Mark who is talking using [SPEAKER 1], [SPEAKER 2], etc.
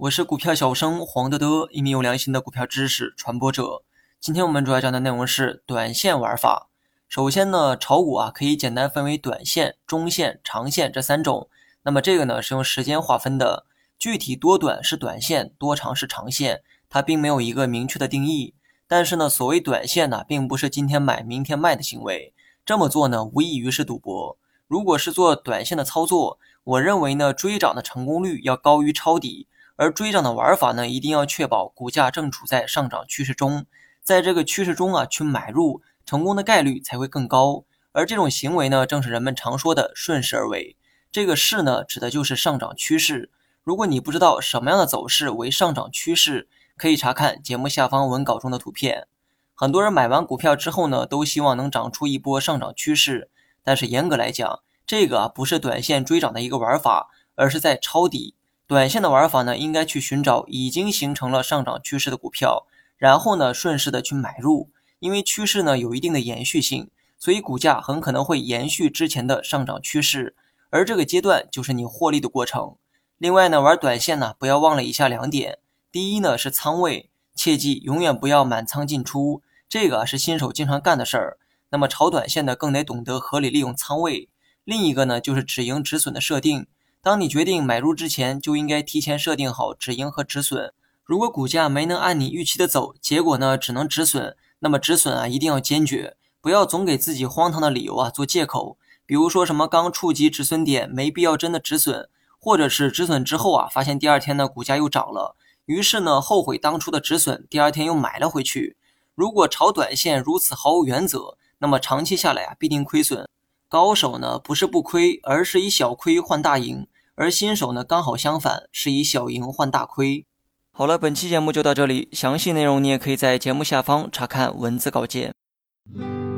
[SPEAKER 1] 我是股票小生黄德德，一名有良心的股票知识传播者。今天我们主要讲的内容是短线玩法。首先呢，炒股可以简单分为短线、中线、长线这三种。那么这个呢是用时间划分的，具体多短是短线，多长是长线，它并没有一个明确的定义。但是呢，所谓短线呢，并不是今天买明天卖的行为，这么做呢，无异于是赌博。如果是做短线的操作，我认为呢，追涨的成功率要高于抄底。而追涨的玩法呢，一定要确保股价正处在上涨趋势中，在这个趋势中去买入，成功的概率才会更高。而这种行为呢，正是人们常说的顺势而为。这个势呢，指的就是上涨趋势。如果你不知道什么样的走势为上涨趋势，可以查看节目下方文稿中的图片。很多人买完股票之后呢，都希望能涨出一波上涨趋势，但是严格来讲，这个不是短线追涨的一个玩法，而是在抄底。短线的玩法呢，应该去寻找已经形成了上涨趋势的股票，然后呢顺势的去买入，因为趋势呢有一定的延续性，所以股价很可能会延续之前的上涨趋势，而这个阶段就是你获利的过程。另外呢，玩短线呢，不要忘了以下两点。第一呢是仓位，切记永远不要满仓进出，这个是新手经常干的事儿。那么炒短线呢，更得懂得合理利用仓位。另一个呢就是止盈止损的设定。当你决定买入之前，就应该提前设定好止盈和止损。如果股价没能按你预期的走，结果呢只能止损，那么止损一定要坚决，不要总给自己荒唐的理由做借口。比如说什么刚触及止损点，没必要真的止损，或者是止损之后发现第二天呢股价又涨了，于是呢后悔当初的止损，第二天又买了回去。如果炒短线如此毫无原则，那么长期下来必定亏损。高手呢不是不亏，而是以小亏换大赢。而新手呢，刚好相反，是以小赢换大亏。好了，本期节目就到这里，详细内容你也可以在节目下方查看文字稿件。